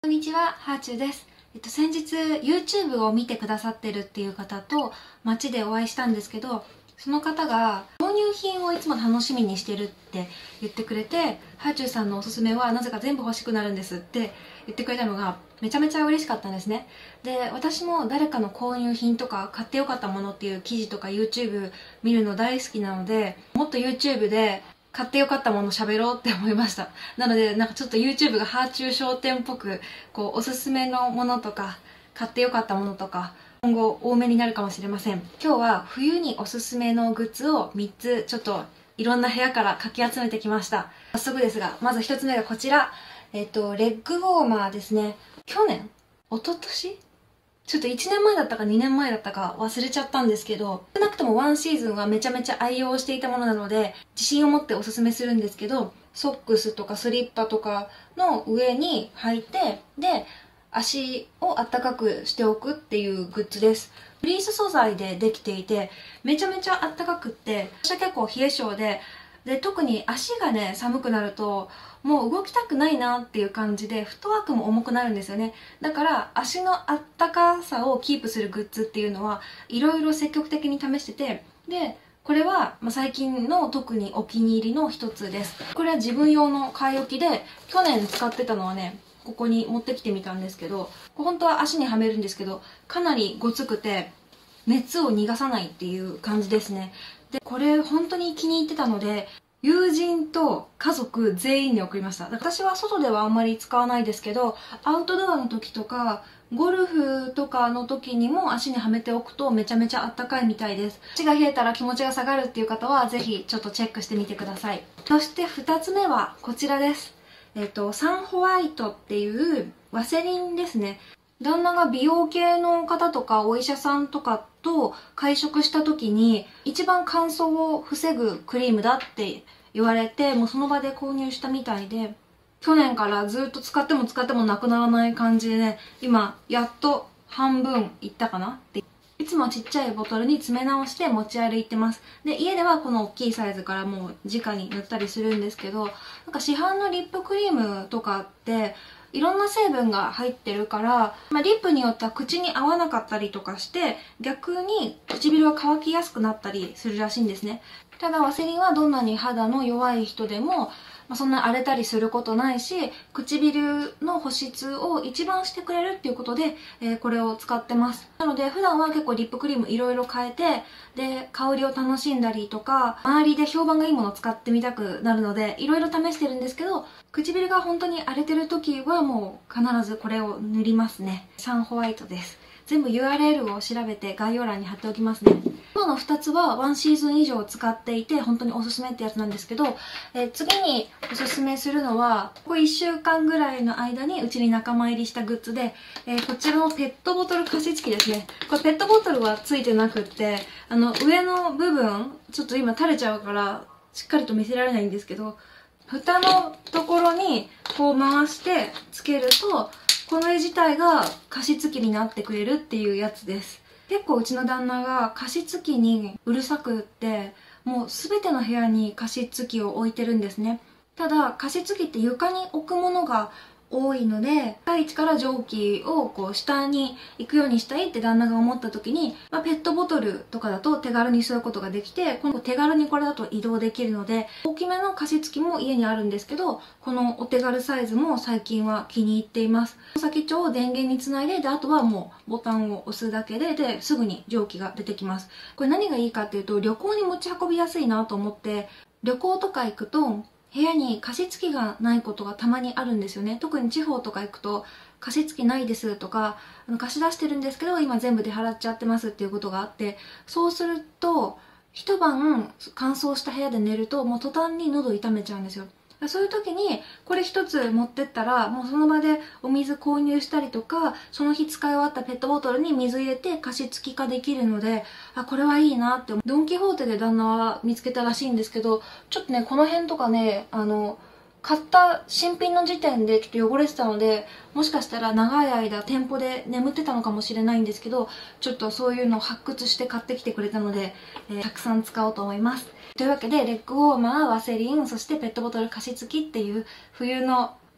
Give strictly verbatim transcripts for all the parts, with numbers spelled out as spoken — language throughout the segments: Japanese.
こんにちは、ハーチューです。えっと、先日 YouTube を見てくださってるっていう方と街でお会いしたんですけど、その方が購入品をいつも楽しみにしてるって言ってくれて、ハーチューさんのおすすめはなぜか全部欲しくなるんですって言ってくれたのがめちゃめちゃ嬉しかったんですね。で、私も誰かの購入品とか買ってよかったものっていう記事とか YouTube 見るの大好きなので、もっと YouTube で買ってよかったもの喋ろうって思いました。なので、なんかちょっと YouTube がハーチュー商店っぽく、こう、おすすめのものとか、買ってよかったものとか、今後多めになるかもしれません。今日は冬におすすめのグッズをみっつ、ちょっといろんな部屋からかき集めてきました。早速ですが、まずひとつめがこちら。えっと、レッグウォーマーですね。去年一昨年ちょっといちねんまえだったかにねんまえだったか忘れちゃったんですけど、少なくともワンシーズンはめちゃめちゃ愛用していたものなので、自信を持っておすすめするんですけど、ソックスとかスリッパとかの上に履いて、で、足をあったかくしておくっていうグッズです。フリース素材でできていて、めちゃめちゃあったかくって、私は結構冷え性で、で、特に足がね、寒くなると、もう動きたくないなっていう感じで、フットワークも重くなるんですよね。だから、足のあったかさをキープするグッズっていうのは、いろいろ積極的に試してて、で、これは、まあ、最近の特にお気に入りの一つです。これは自分用の買い置きで、去年使ってたのはね、ここに持ってきてみたんですけど、本当は足にはめるんですけど、かなりごつくて、熱を逃がさないっていう感じですね。で、これ本当に気に入ってたので、友人と家族全員に送りました。私は外ではあんまり使わないですけど、アウトドアの時とか、ゴルフとかの時にも足にはめておくとめちゃめちゃあったかいみたいです。足が冷えたら気持ちが下がるっていう方はぜひちょっとチェックしてみてください。そして二つ目はこちらです。えっと、サンホワイトっていうワセリンですね。旦那が美容系の方とかお医者さんとかと会食した時に一番乾燥を防ぐクリームだって言われて、もうその場で購入したみたいで、去年からずっと使っても使ってもなくならない感じでね、今やっと半分いったかなって。いつもちっちゃいボトルに詰め直して持ち歩いてます。で、家ではこの大きいサイズからもう直に塗ったりするんですけど、なんか市販のリップクリームとかっていろんな成分が入ってるから、まあ、リップによっては口に合わなかったりとかして、逆に唇が乾きやすくなったりするらしいんですね。ただワセリンはどんなに肌の弱い人でも、まあ、そんな荒れたりすることないし、唇の保湿を一番してくれるっていうことで、えー、これを使ってます。なので普段は結構リップクリームいろいろ変えて、で、香りを楽しんだりとか、周りで評判がいいものを使ってみたくなるので、いろいろ試してるんですけど、唇が本当に荒れてる時はもう必ずこれを塗りますね。サンホワイトです。全部 ユーアールエル を調べて概要欄に貼っておきますね。今のふたつはワンシーズン以上使っていて本当におすすめってやつなんですけど、えー、次におすすめするのはここいっしゅうかんぐらいの間にうちに仲間入りしたグッズで、えー、こちらのペットボトル加湿器ですね。これペットボトルはついてなくって、あの上の部分ちょっと今垂れちゃうからしっかりと見せられないんですけど、蓋のところにこう回してつけるとこの絵自体が加湿器になってくれるっていうやつです。結構うちの旦那が加湿器にうるさくって、もう全ての部屋に加湿器を置いてるんですね。ただ加湿器って床に置くものが多いので、大地から蒸気をこう下に行くようにしたいって旦那が思った時に、まあ、ペットボトルとかだと手軽に吸うことができて、この手軽にこれだと移動できるので、大きめの加湿器も家にあるんですけど、このお手軽サイズも最近は気に入っています。先っちょを電源につないで、で、あとはもうボタンを押すだけで、で、すぐに蒸気が出てきます。これ何がいいかっていうと、旅行に持ち運びやすいなと思って、旅行とか行くと、部屋に加湿器がないことがたまにあるんですよね。特に地方とか行くと加湿器ないですとか、あの貸し出してるんですけど今全部で払っちゃってますっていうことがあって、そうすると一晩乾燥した部屋で寝るともう途端に喉痛めちゃうんですよ。そういう時にこれ一つ持ってったらもうその場でお水購入したりとか、その日使い終わったペットボトルに水入れて加湿器化できるので、あ、これはいいなって。ドンキホーテで旦那は見つけたらしいんですけど、ちょっとねこの辺とかね、あの買った新品の時点でちょっと汚れてたので、もしかしたら長い間店舗で眠ってたのかもしれないんですけど、ちょっとそういうのを発掘して買ってきてくれたので、えー、たくさん使おうと思います。というわけでレッグウォーマー、ワセリン、そしてペットボトル加湿器っていう冬の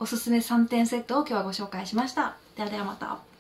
おすすめさんてんセットを今日はご紹介しました。ではではまた。